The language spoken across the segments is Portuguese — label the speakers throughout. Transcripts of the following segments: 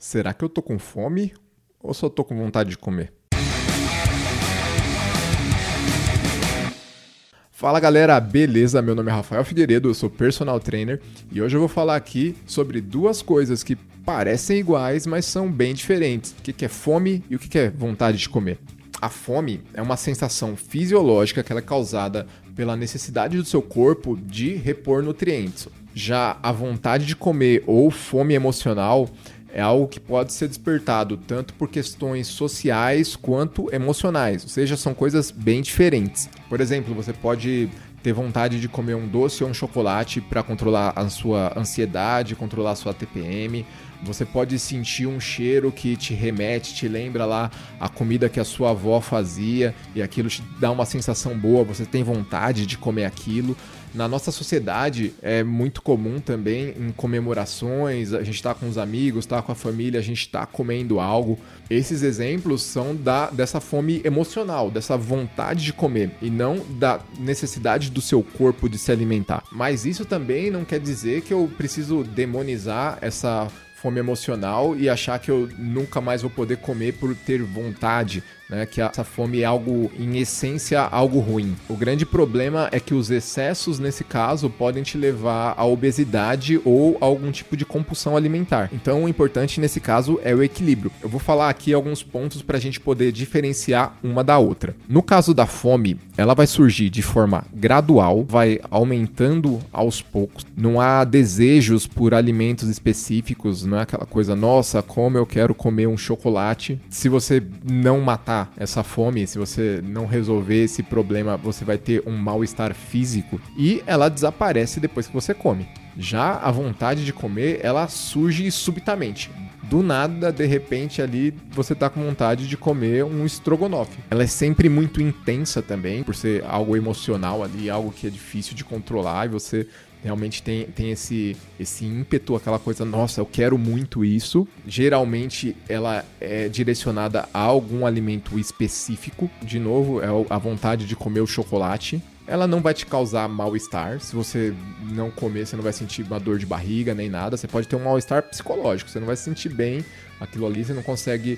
Speaker 1: Será que eu tô com fome ou só tô com vontade de comer? Fala galera, beleza? Meu nome é Rafael Figueiredo, eu sou personal trainer e hoje eu vou falar aqui sobre duas coisas que parecem iguais, mas são bem diferentes. O que é fome e o que é vontade de comer. A fome é uma sensação fisiológica que ela é causada pela necessidade do seu corpo de repor nutrientes. Já a vontade de comer ou fome emocional é algo que pode ser despertado tanto por questões sociais quanto emocionais, ou seja, são coisas bem diferentes. Por exemplo, você pode ter vontade de comer um doce ou um chocolate para controlar a sua ansiedade, controlar a sua TPM. Você pode sentir um cheiro que te remete, te lembra lá a comida que a sua avó fazia e aquilo te dá uma sensação boa, você tem vontade de comer aquilo. Na nossa sociedade é muito comum também em comemorações, a gente está com os amigos, está com a família, a gente está comendo algo. Esses exemplos são dessa fome emocional, dessa vontade de comer e não da necessidade do seu corpo de se alimentar. Mas isso também não quer dizer que eu preciso demonizar essa fome emocional e achar que eu nunca mais vou poder comer por ter vontade, né? Que essa fome é algo, em essência, algo ruim. O grande problema é que os excessos, nesse caso, podem te levar à obesidade ou a algum tipo de compulsão alimentar. Então, o importante nesse caso é o equilíbrio. Eu vou falar aqui alguns pontos para a gente poder diferenciar uma da outra. No caso da fome, ela vai surgir de forma gradual, vai aumentando aos poucos. Não há desejos por alimentos específicos, não é aquela coisa, nossa, como eu quero comer um chocolate. Se você não matar essa fome, se você não resolver esse problema, você vai ter um mal-estar físico e ela desaparece depois que você come. Já a vontade de comer, ela surge subitamente. Do nada, de repente, ali você tá com vontade de comer um estrogonofe. Ela é sempre muito intensa também, por ser algo emocional ali, algo que é difícil de controlar e você realmente tem esse ímpeto, aquela coisa, nossa, eu quero muito isso. Geralmente ela é direcionada a algum alimento específico. De novo, é a vontade de comer o chocolate. Ela não vai te causar mal-estar. Se você não comer, você não vai sentir uma dor de barriga nem nada. Você pode ter um mal-estar psicológico. Você não vai se sentir bem aquilo ali. Você não consegue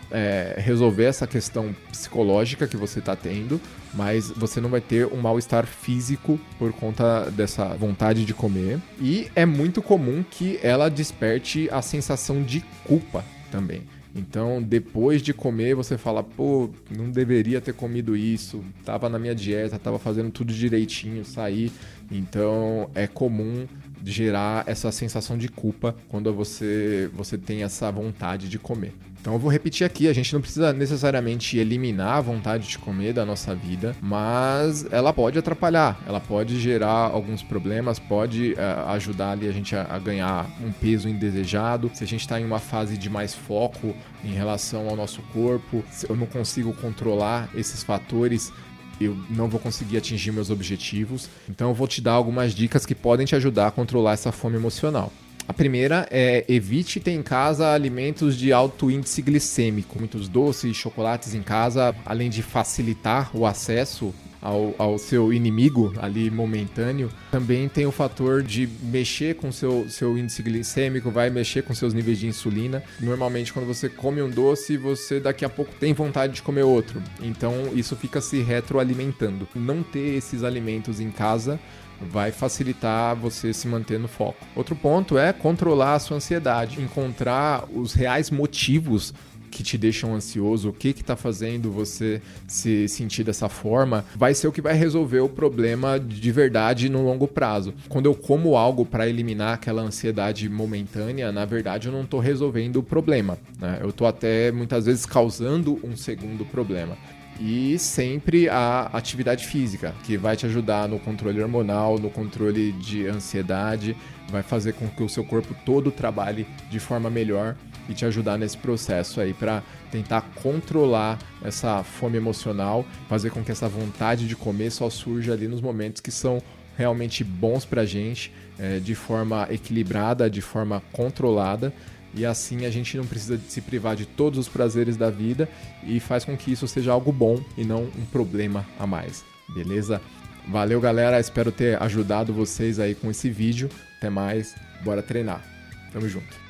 Speaker 1: resolver essa questão psicológica que você está tendo. Mas você não vai ter um mal-estar físico por conta dessa vontade de comer. E é muito comum que ela desperte a sensação de culpa também. Então, depois de comer, você fala, pô, não deveria ter comido isso, tava na minha dieta, tava fazendo tudo direitinho, saí. Então, é comum gerar essa sensação de culpa quando você tem essa vontade de comer. Então eu vou repetir aqui, a gente não precisa necessariamente eliminar a vontade de comer da nossa vida, mas ela pode atrapalhar, ela pode gerar alguns problemas, pode ajudar ali a gente a ganhar um peso indesejado. Se a gente está em uma fase de mais foco em relação ao nosso corpo, se eu não consigo controlar esses fatores, eu não vou conseguir atingir meus objetivos. Então eu vou te dar algumas dicas que podem te ajudar a controlar essa fome emocional. A primeira é evite ter em casa alimentos de alto índice glicêmico. Muitos doces e chocolates em casa, além de facilitar o acesso ao seu inimigo ali momentâneo, também tem o fator de mexer com seu índice glicêmico, vai mexer com seus níveis de insulina. Normalmente quando você come um doce, você daqui a pouco tem vontade de comer outro. Então isso fica se retroalimentando. Não ter esses alimentos em casa vai facilitar você se manter no foco. Outro ponto é controlar a sua ansiedade, encontrar os reais motivos que te deixam ansioso, o que está fazendo você se sentir dessa forma, vai ser o que vai resolver o problema de verdade no longo prazo. Quando eu como algo para eliminar aquela ansiedade momentânea, na verdade eu não estou resolvendo o problema, né? Eu estou até muitas vezes causando um segundo problema. E sempre a atividade física, que vai te ajudar no controle hormonal, no controle de ansiedade, vai fazer com que o seu corpo todo trabalhe de forma melhor e te ajudar nesse processo aí para tentar controlar essa fome emocional, fazer com que essa vontade de comer só surja ali nos momentos que são realmente bons pra gente, de forma equilibrada, de forma controlada. E assim a gente não precisa se privar de todos os prazeres da vida e faz com que isso seja algo bom e não um problema a mais, beleza? Valeu, galera, espero ter ajudado vocês aí com esse vídeo. Até mais, bora treinar. Tamo junto.